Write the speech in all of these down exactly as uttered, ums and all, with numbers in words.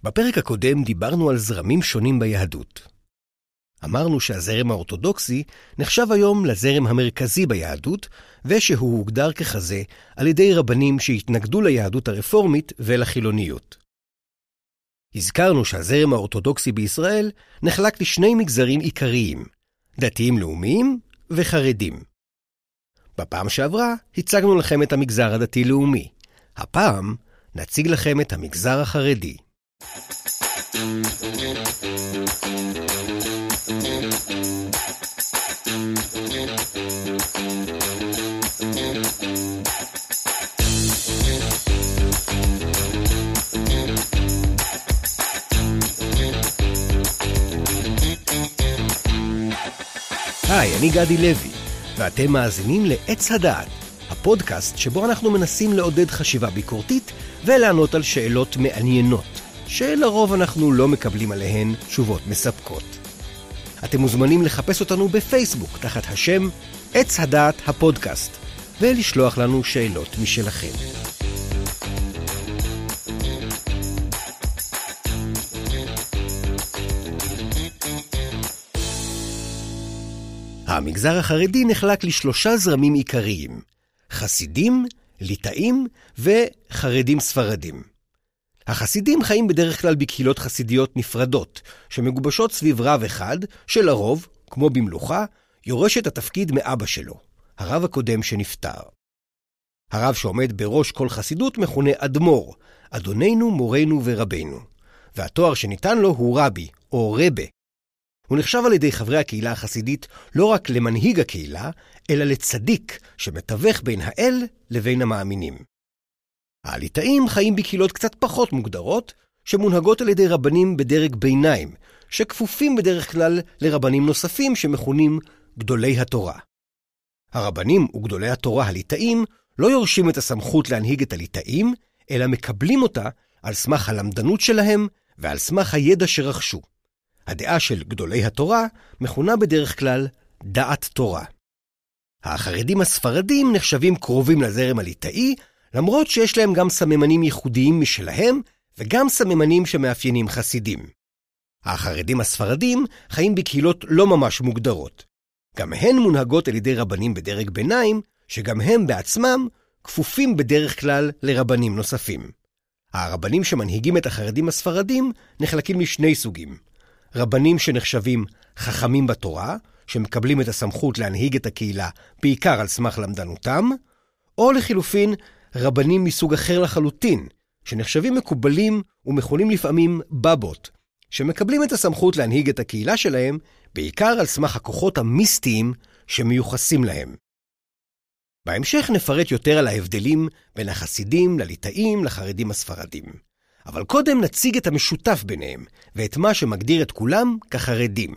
בפרק הקודם דיברנו על זרמים שונים ביהדות. אמרנו שהזרם האורתודוקסי נחשב היום לזרם המרכזי ביהדות, ושהוא הוגדר ככזה על ידי רבנים שהתנגדו ליהדות הרפורמית ולחילוניות. הזכרנו שהזרם האורתודוקסי בישראל נחלק לשני מגזרים עיקריים, דתיים לאומיים וחרדים. בפעם שעברה הצגנו לכם את המגזר הדתי-לאומי. הפעם נציג לכם את המגזר החרדי. היי, אני גדי לוי, ואתם מאזינים לעץ הדעת, הפודקאסט שבו אנחנו מנסים לעודד חשיבה ביקורתית ולענות על שאלות מעניינות, שלרוב אנחנו לא מקבלים עליהן תשובות מספקות. אתם מוזמנים לחפש אותנו בפייסבוק תחת השם עץ הדעת הפודקאסט, ולשלוח לנו שאלות משלכם. המגזר החרדי נחלק לשלושה זרמים עיקריים, חסידים, ליטאים וחרדים ספרדים. החסידים חיים בדרך כלל בקהילות חסידיות נפרדות, שמגובשות סביב רב אחד, שלרוב, כמו במלוכה, יורש את התפקיד מאבא שלו, הרב הקודם שנפטר. הרב שעומד בראש כל חסידות מכונה אדמו"ר, אדוננו, מורנו ורבנו, והתואר שניתן לו הוא רבי או רבה. הוא נחשב על ידי חברי הקהילה החסידית לא רק למנהיג הקהילה, אלא לצדיק שמתווך בין האל לבין המאמינים. הליטאים חיים בקהילות קצת פחות מוגדרות, שמונהגות על ידי רבנים בדרג ביניים, שכפופים בדרך כלל לרבנים נוספים שמכונים גדולי התורה. הרבנים וגדולי התורה הליטאים לא יורשים את הסמכות להנהיג את הליטאים, אלא מקבלים אותה על סמך הלמדנות שלהם ועל סמך הידע שרכשו. הדעה של גדולי התורה מכונה בדרך כלל דעת תורה. החרדים הספרדים נחשבים קרובים לזרם הליטאי, למרות שיש להם גם סממנים ייחודיים משלהם, וגם סממנים שמאפיינים חסידים. החרדים הספרדים חיים בקהילות לא ממש מוגדרות. גם הן מונהגות על ידי רבנים בדרג ביניים, שגם הם בעצמם כפופים בדרך כלל לרבנים נוספים. הרבנים שמנהיגים את החרדים הספרדים נחלקים לשני סוגים. רבנים שנחשבים חכמים בתורה, שמקבלים את הסמכות להנהיג את הקהילה בעיקר על סמך למדנותם, או לחילופין רבנים מסוג אחר לחלוטין, שנחשבים מקובלים ומכונים לפעמים בבות, שמקבלים את הסמכות להנהיג את הקהילה שלהם בעיקר על סמך הכוחות המיסטיים שמיוחסים להם. בהמשך נפרט יותר על ההבדלים בין החסידים, לליטאים, לחרדים הספרדים. אבל קודם נציג את המשותף ביניהם, ואת מה שמגדיר את כולם כחרדים.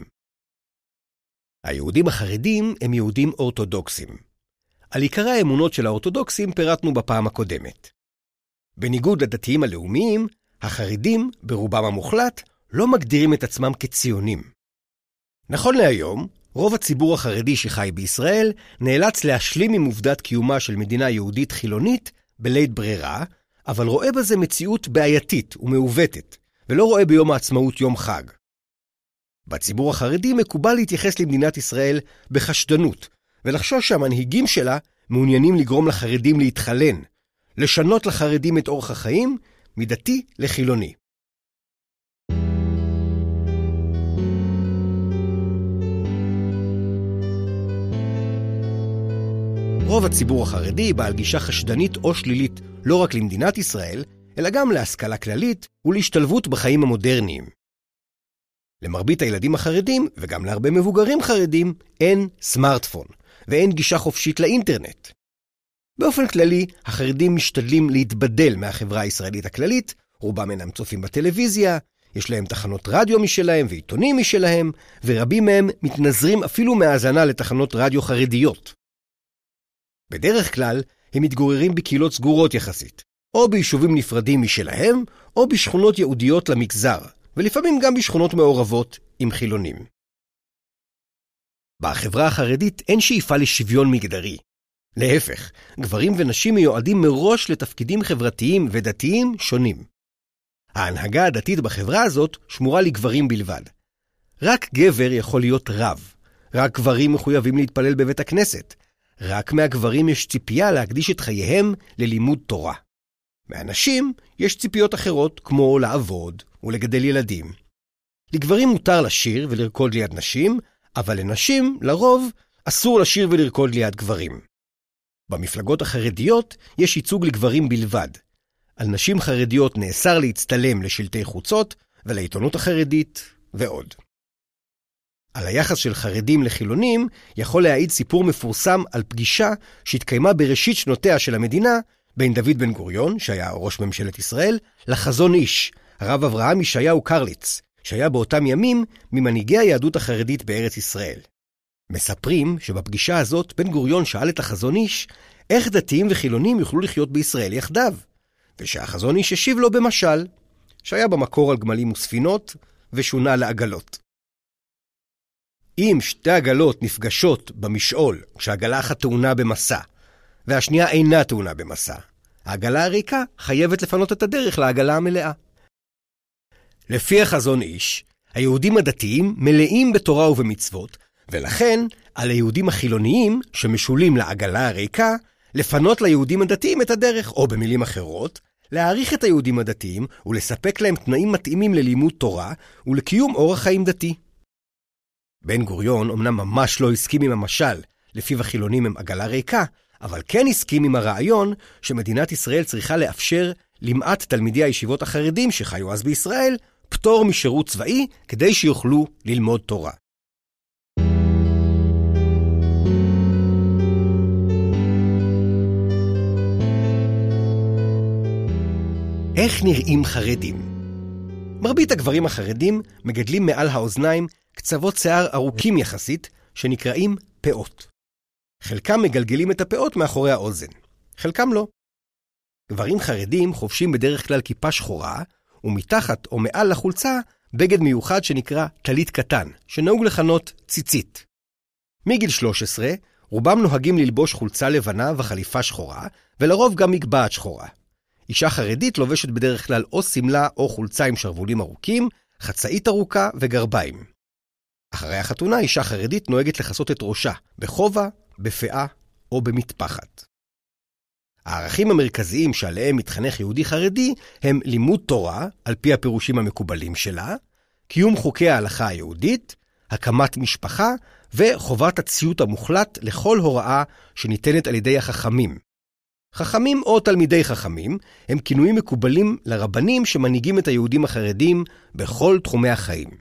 היהודים החרדים הם יהודים אורתודוקסים. על עיקרי האמונות של האורתודוקסים פירטנו בפעם הקודמת. בניגוד לדתיים הלאומיים, החרדים, ברובם המוחלט, לא מגדירים את עצמם כציונים. נכון להיום, רוב הציבור החרדי שחי בישראל נאלץ להשלים עם עובדת קיומה של מדינה יהודית חילונית בלית ברירה, אבל רואה בזה מציאות בעייתית ומעוותת, ולא רואה ביום העצמאות יום חג. בציבור החרדי מקובל להתייחס למדינת ישראל בחשדנות, ולחשוש שהמנהיגים שלה מעוניינים לגרום לחרדים להתחלן, לשנות לחרדים את אורח החיים מדתי לחילוני. רוב הציבור החרדי בעל גישה חשדנית או שלילית לא רק למדינת ישראל, אלא גם להשכלה כללית ולהשתלבות בחיים המודרניים. למרבית הילדים החרדים, וגם להרבה מבוגרים חרדים, אין סמארטפון, ואין גישה חופשית לאינטרנט. באופן כללי, החרדים משתדלים להתבדל מהחברה הישראלית הכללית, רובם אינם צופים בטלוויזיה, יש להם תחנות רדיו משלהם ועיתונים משלהם, ורבים מהם מתנזרים אפילו מהאזנה לתחנות רדיו חרדיות. בדרך כלל, הם מתגוררים בקהילות סגורות יחסית, או ביישובים נפרדים משלהם, או בשכונות יהודיות למגזר, ולפעמים גם בשכונות מעורבות עם חילונים. בחברה החרדית אין שאיפה לשוויון מגדרי. להפך, גברים ונשים מיועדים מראש לתפקידים חברתיים ודתיים שונים. ההנהגה הדתית בחברה הזאת שמורה לגברים בלבד. רק גבר יכול להיות רב. רק גברים מחויבים להתפלל בבית הכנסת. רק מהגברים יש ציפייה להקדיש את חייהם ללימוד תורה. מהנשים יש ציפיות אחרות, כמו לעבוד ולגדל ילדים. לגברים מותר לשיר ולרקוד ליד נשים, אבל לנשים, לרוב, אסור לשיר ולרקוד ליד גברים. במפלגות החרדיות יש ייצוג לגברים בלבד. על נשים חרדיות נאסר להצטלם לשלטי חוצות ולעיתונות החרדית ועוד. על היחס של חרדים לחילונים יכול להעיד סיפור מפורסם על פגישה שהתקיימה בראשית שנותיה של המדינה בין דוד בן גוריון, שהיה ראש ממשלת ישראל, לחזון איש, הרב אברהם ישעיהו קרליץ, שהיה באותם ימים ממנהיגי היהדות החרדית בארץ ישראל. מספרים שבפגישה הזאת בן גוריון שאל את החזון איש איך דתיים וחילונים יוכלו לחיות בישראל יחדיו, ושהחזון איש השיב לו במשל, שהיה במקור על גמלים וספינות ושונה לעגלות. אם שתי עגלות נפגשות במשעול כשהעגלה אחת טעונה במסע, והשנייה אינה טעונה במסע, העגלה הריקה חייבת לפנות את הדרך לעגלה המלאה. לפי החזון איש, היהודים הדתיים מלאים בתורה ובמצוות, ולכן על היהודים החילוניים שמשולים לעגלה הריקה, לפנות ליהודים הדתיים את הדרך, או במילים אחרות, להעריך את היהודים הדתיים ולספק להם תנאים מתאימים ללימוד תורה ולקיום אורח חיים דתי. בן גוריון אמנם ממש לא הסכים עם המשל, לפיו החילונים הם עגלה ריקה, אבל כן הסכים עם הרעיון שמדינת ישראל צריכה לאפשר למעט תלמידי הישיבות החרדים שחיו אז בישראל, פטור משירות צבאי כדי שיוכלו ללמוד תורה. איך נראים חרדים? מרבית הגברים החרדים מגדלים מעל האוזניים קצוות שיער ארוכים יחסית שנקראים פאות. חלקם מגלגלים את הפאות מאחורי האוזן, חלקם לא. גברים חרדים חובשים בדרך כלל כיפה שחורה, ומתחת או מעל לחולצה בגד מיוחד שנקרא טלית קטן, שנהוג לכנות ציצית. מגיל שלוש עשרה רובם נוהגים ללבוש חולצה לבנה וחליפה שחורה, ולרוב גם מגבעת שחורה. אישה חרדית לובשת בדרך כלל או סמלה או חולצה עם שרבולים ארוכים, חצאית ארוכה וגרביים. אחרי החתונה אישה חרדית נוהגת לחסות את ראשה, בחובה, בפאה או במטפחת. הערכים המרכזיים שעליהם מתחנך יהודי חרדי הם לימוד תורה, על פי הפירושים המקובלים שלה, קיום חוקי ההלכה היהודית, הקמת משפחה וחובת הציות המוחלט לכל הוראה שניתנת על ידי החכמים. חכמים או תלמידי חכמים הם כינויים מקובלים לרבנים שמנהיגים את היהודים החרדים בכל תחומי החיים.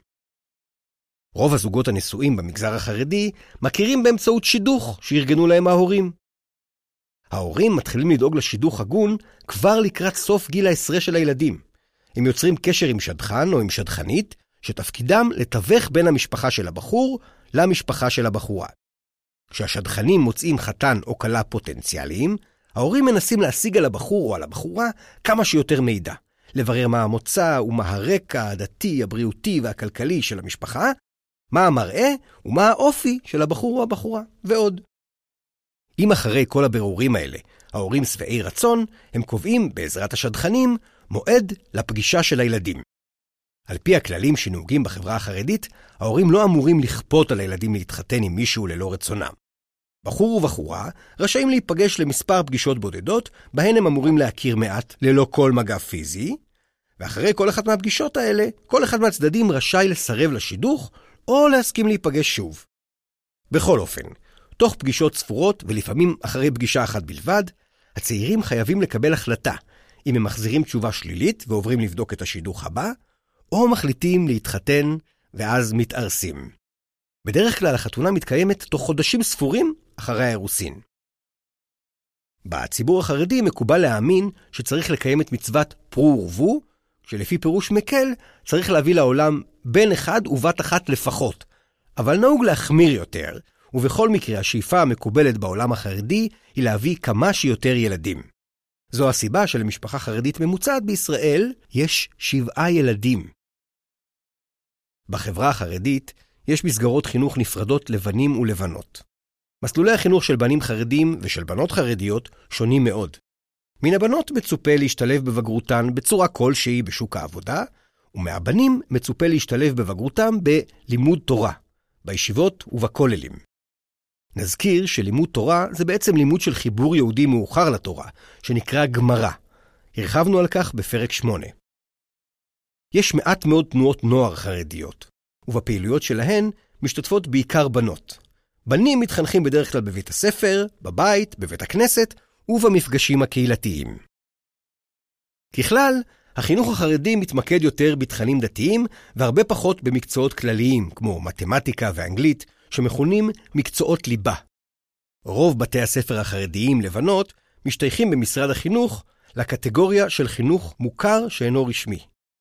רוב הזוגות הנשואים במגזר החרדי מכירים באמצעות שידוך שארגנו להם ההורים. ההורים מתחילים לדאוג לשידוך הגון כבר לקראת סוף גיל העשרה של הילדים. הם יוצרים קשר עם שדכן או עם שדכנית, שתפקידם לתווך בין המשפחה של הבחור למשפחה של הבחורה. כשהשדכנים מוצאים חתן או כלה פוטנציאליים, ההורים מנסים להשיג על הבחור או על הבחורה כמה שיותר מידע, לברר מה המוצא ומה הרקע הדתי, הבריאותי והכלכלי של המשפחה, מה המראה ומה האופי של הבחור או הבחורה, ועוד. אם אחרי כל הבירורים האלה ההורים שבעי רצון, הם קובעים בעזרת השדכנים מועד לפגישה של הילדים. על פי הכללים שנהוגים בחברה החרדית, ההורים לא אמורים לכפות על הילדים להתחתן עם מישהו ללא רצונם. בחור ובחורה רשאים להיפגש למספר פגישות בודדות, בהן הם אמורים להכיר מעט ללא כל מגע פיזי, ואחרי כל אחת מהפגישות האלה, כל אחד מהצדדים רשאי לסרב לשידוך או להסכים להיפגש שוב. בכל אופן, תוך פגישות ספורות ולפעמים אחרי פגישה אחת בלבד, הצעירים חייבים לקבל החלטה אם הם מחזירים תשובה שלילית ועוברים לבדוק את השידוך הבא, או מחליטים להתחתן ואז מתארסים. בדרך כלל החתונה מתקיימת תוך חודשים ספורים אחרי האירוסין. בציבור החרדי מקובל להאמין שצריך לקיים את מצוות פרו ורבו, שלפי פירוש מקל צריך להביא לעולם בן אחד ובת אחת לפחות, אבל נהוג להחמיר יותר, ובכל מקרה השאיפה המקובלת בעולם החרדי היא להביא כמה שיותר ילדים. זו הסיבה שלמשפחה חרדית ממוצעת בישראל יש שבעה ילדים. בחברה החרדית יש מסגרות חינוך נפרדות לבנים ולבנות. מסלולי החינוך של בנים חרדים ושל בנות חרדיות שונים מאוד. מן הבנות מצופה להשתלב בבגרותן בצורה כלשהי בשוק העבודה, ומהבנים מצופה להשתלב בבגרותם בלימוד תורה, בישיבות ובכוללים. נזכיר שלימוד תורה זה בעצם לימוד של חיבור יהודי מאוחר לתורה, שנקרא גמרא. הרחבנו על כך בפרק שמונה. יש מעט מאוד תנועות נוער חרדיות, ובפעילויות שלהן משתתפות בעיקר בנות. בנים מתחנכים בדרך כלל בבית הספר, בבית, בבית הכנסת ובמפגשים הקהילתיים. ככלל, החינוך החרדי מתמקד יותר בתכנים דתיים והרבה פחות במקצועות כלליים, כמו מתמטיקה ואנגלית, שמכונים מקצועות ליבה. רוב בתי הספר החרדיים לבנות משתייכים במשרד החינוך לקטגוריה של חינוך מוכר שאינו רשמי.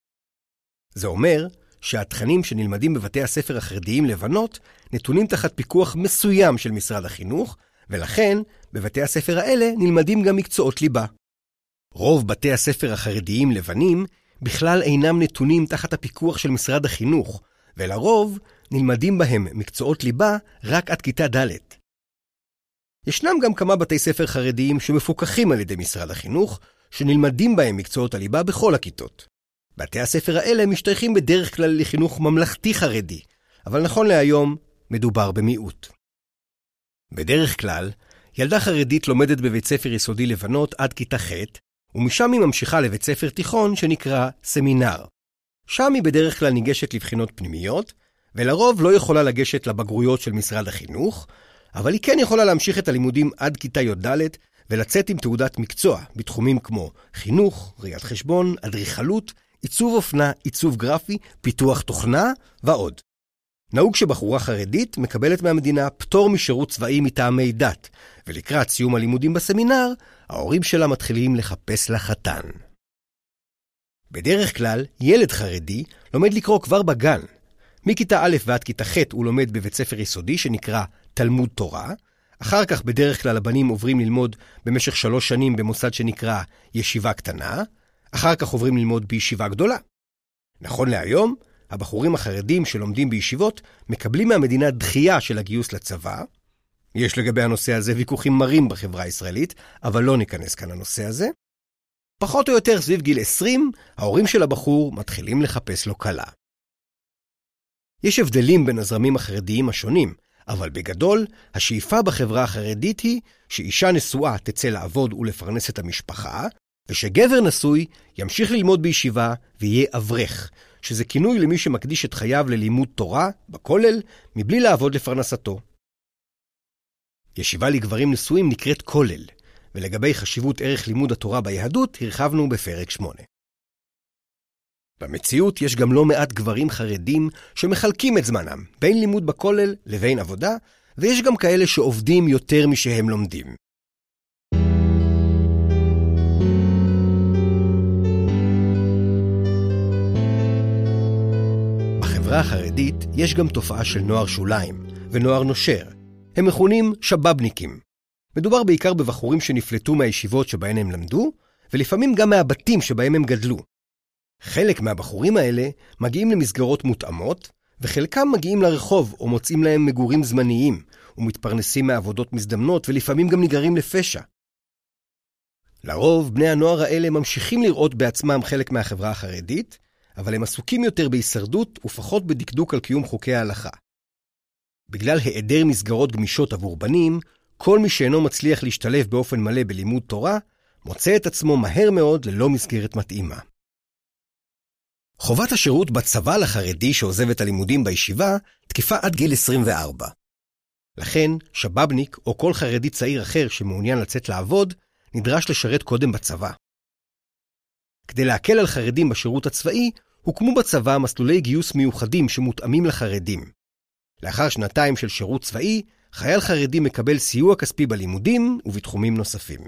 זה אומר שהתכנים שנלמדים בבתי הספר החרדיים לבנות נתונים תחת פיקוח מסוים של משרד החינוך, ולכן בבתי הספר האלה נלמדים גם מקצועות ליבה. רוב בתי הספר החרדיים לבנים בכלל אינם נתונים תחת הפיקוח של משרד החינוך, ולרוב נלמדים בהם מקצועות ליבה רק עד כיתה ד'. ישנם גם כמה בתי ספר חרדיים שמפוקחים על ידי משרד החינוך, שנלמדים בהם מקצועות הליבה בכל הכיתות. בתי הספר האלה משתייכים בדרך כלל לחינוך ממלכתי חרדי, אבל נכון להיום מדובר במיעוט. בדרך כלל, ילדה חרדית לומדת בבית ספר יסודי לבנות עד כיתה ח', ומשם היא ממשיכה לבית ספר תיכון שנקרא סמינר. שם היא בדרך כלל ניגשת לבחינות פנימיות, ולרוב לא יכולה לגשת לבגרויות של משרד החינוך, אבל היא כן יכולה להמשיך את הלימודים עד כיתה י"ד ולצאת עם תעודת מקצוע בתחומים כמו חינוך, ראיית חשבון, אדריכלות, עיצוב אופנה, עיצוב גרפי, פיתוח תוכנה ועוד. נהוג שבחורה חרדית מקבלת מהמדינה פטור משירות צבאי מטעמי דת, ולקראת סיום הלימודים בסמינר, ההורים שלה מתחילים לחפש לה חתן. בדרך כלל, ילד חרדי לומד לקרוא כבר בגן. מכיתה א' ועד כיתה ח' הוא לומד בבית ספר יסודי שנקרא תלמוד תורה, אחר כך בדרך כלל הבנים עוברים ללמוד במשך שלוש שנים במוסד שנקרא ישיבה קטנה, אחר כך עוברים ללמוד בישיבה גדולה. נכון להיום, הבחורים החרדים שלומדים בישיבות מקבלים מהמדינה דחייה של הגיוס לצבא. יש לגבי הנושא הזה ויכוחים מרים בחברה הישראלית, אבל לא ניכנס כאן לנושא הזה. פחות או יותר סביב גיל עשרים, ההורים של הבחור מתחילים לחפש לו כלה. יש הבדלים בין הזרמים החרדיים השונים, אבל בגדול, השאיפה בחברה החרדית היא שאישה נשואה תצא לעבוד ולפרנס את המשפחה, ושגבר נשוי ימשיך ללמוד בישיבה ויהיה אברך, שזה כינוי למי שמקדיש את חייו ללימוד תורה, בכולל, מבלי לעבוד לפרנסתו. ישיבה לגברים נשואים נקראת כולל, ולגבי חשיבות ערך לימוד התורה ביהדות הרחבנו בפרק שמונה. במציאות יש גם לא מעט גברים חרדים שמחלקים את זמנם בין לימוד בכולל לבין עבודה, ויש גם כאלה שעובדים יותר משהם לומדים. בחברה החרדית יש גם תופעה של נוער שוליים ונוער נושר. הם מכונים שבבניקים. מדובר בעיקר בבחורים שנפלטו מהישיבות שבהן הם למדו, ולפעמים גם מהבתים שבהם הם גדלו. חלק מהבחורים האלה מגיעים למסגרות מותאמות, וחלקם מגיעים לרחוב או מוצאים להם מגורים זמניים, ומתפרנסים מעבודות מזדמנות ולפעמים גם נגררים לפשע. לרוב בני הנוער האלה ממשיכים לראות בעצמם חלק מהחברה החרדית, אבל הם עסוקים יותר בהישרדות ופחות בדקדוק על קיום חוקי ההלכה. בגלל היעדר מסגרות גמישות עבור בנים, כל מי שאינו מצליח להשתלב באופן מלא בלימוד תורה, מוצא את עצמו מהר מאוד ללא מסגרת מתאימה. חובת השירות בצבא לחרדי שעוזב את הלימודים בישיבה תקפה עד גיל עשרים וארבע. לכן, שבבניק או כל חרדי צעיר אחר שמעוניין לצאת לעבוד, נדרש לשרת קודם בצבא. כדי להקל על חרדים בשירות הצבאי, הוקמו בצבא מסלולי גיוס מיוחדים שמותאמים לחרדים. לאחר שנתיים של שירות צבאי, חייל חרדי מקבל סיוע כספי בלימודים ובתחומים נוספים.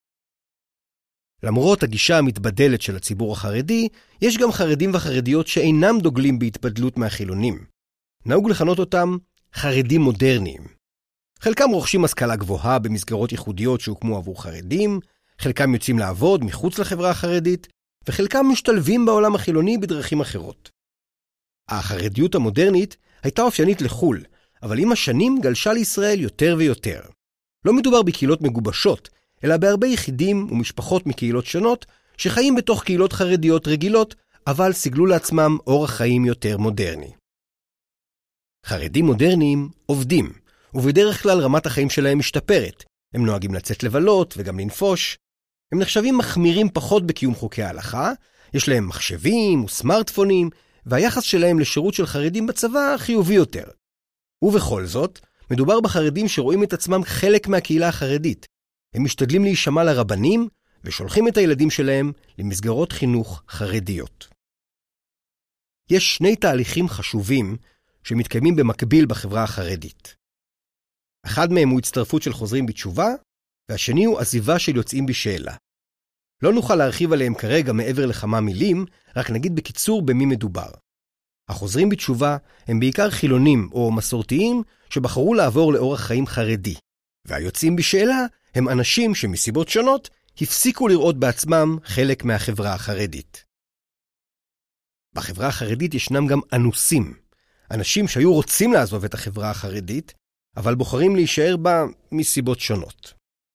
למרות הגישה המתבדלת של הציבור החרדי, יש גם חרדים וחרדיות שאינם דוגלים בהתבדלות מהחילונים. נהוג לכנות אותם חרדים מודרניים. חלקם רוכשים השכלה גבוהה במסגרות ייחודיות שהוקמו עבור חרדים, חלקם יוצאים לעבוד מחוץ לחברה החרדית, וחלקם משתלבים בעולם החילוני בדרכים אחרות. החרדיות המודרנית הייתה אופיינית לחול, אבל עם השנים גלשה לישראל יותר ויותר. לא מדובר בקהילות מגובשות, אלא בהרבה יחידים ומשפחות מקהילות שונות שחיים בתוך קהילות חרדיות רגילות, אבל סיגלו לעצמם אורח חיים יותר מודרני. חרדים מודרניים עובדים, ובדרך כלל רמת החיים שלהם משתפרת. הם נוהגים לצאת לבלות וגם לנפוש. הם נחשבים מחמירים פחות בקיום חוקי ההלכה, יש להם מחשבים וסמארטפונים, והיחס שלהם לשירות של חרדים בצבא חיובי יותר. ובכל זאת, מדובר בחרדים שרואים את עצמם חלק מהקהילה החרדית. הם משתדלים להישמע לרבנים, ושולחים את הילדים שלהם למסגרות חינוך חרדיות. יש שני תהליכים חשובים שמתקיימים במקביל בחברה החרדית. אחד מהם הוא הצטרפות של חוזרים בתשובה, והשני הוא עזיבה של יוצאים בשאלה. לא נוכל להרחיב עליהם כרגע מעבר לכמה מילים, רק נגיד בקיצור במי מדובר. החוזרים בתשובה הם בעיקר חילונים או מסורתיים שבחרו לעבור לאורח חיים חרדי, והיוצאים בשאלה הם אנשים שמסיבות שונות הפסיקו לראות בעצמם חלק מהחברה החרדית. בחברה החרדית ישנם גם אנוסים, אנשים שהיו רוצים לעזוב את החברה החרדית, אבל בוחרים להישאר בה מסיבות שונות.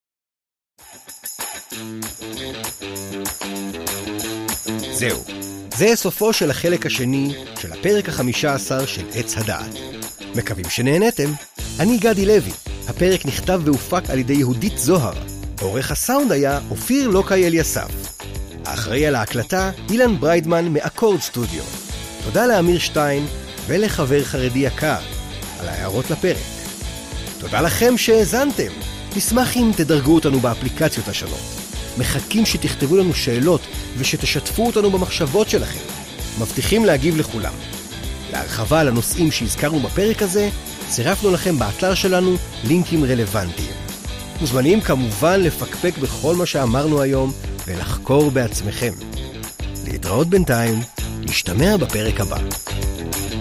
זהו, זה סופו של החלק השני של הפרק החמישה עשר של עץ הדעת. מקווים שנהנתם. אני גדי לוי. הפרק נכתב והופק על ידי יהודית זוהר. עורך הסאונד היה אופיר לוקאי אליסף. האחראי על ההקלטה אילן בריידמן מאקורד סטודיו. תודה לאמיר שטיין ולחבר חרדי יקר על ההערות לפרק. תודה לכם שהאזנתם. נשמח אם תדרגו אותנו באפליקציות השונות. מחכים שתכתבו לנו שאלות ושתשתפו אותנו במחשבות שלכם. מבטיחים להגיב לכולם. להרחבה על הנושאים שהזכרנו בפרק הזה, צירפנו לכם באתר שלנו לינקים רלוונטיים. מוזמנים כמובן לפקפק בכל מה שאמרנו היום ולחקור בעצמכם. להתראות בינתיים, נשתמע בפרק הבא.